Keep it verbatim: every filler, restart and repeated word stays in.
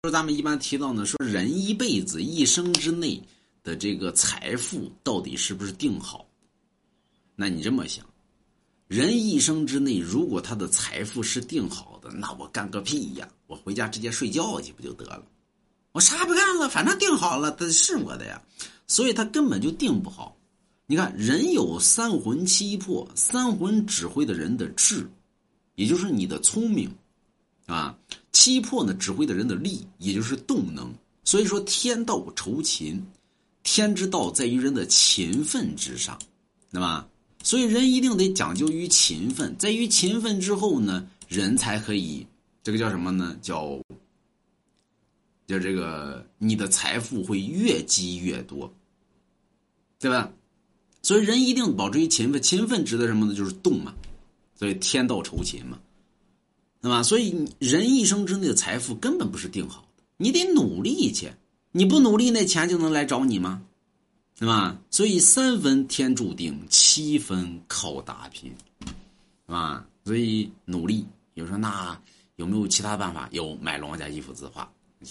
说咱们一般提到呢，说人一辈子一生之内的这个财富到底是不是定好？那你这么想，人一生之内如果他的财富是定好的，那我干个屁呀！我回家直接睡觉去不就得了？我啥不干了，反正定好了，它是我的呀，所以他根本就定不好。你看，人有三魂七魄，三魂指挥的人的智，也就是你的聪明啊；七魄呢，指挥的人的力，也就是动能。所以说，天道酬勤，天之道在于人的勤奋之上，对吧？所以人一定得讲究于勤奋，在于勤奋之后呢，人才可以，这个叫什么呢？叫叫这个你的财富会越积越多，对吧？所以人一定保持于勤奋，勤奋指的什么呢？就是动嘛，所以天道酬勤嘛，那么所以人一生之内的财富根本不是定好的，你得努力去，你不努力那钱就能来找你吗？对吧？所以三分天注定，七分靠打拼，是吧？所以努力。有人说那有没有其他办法？有，买龙王家衣服字画。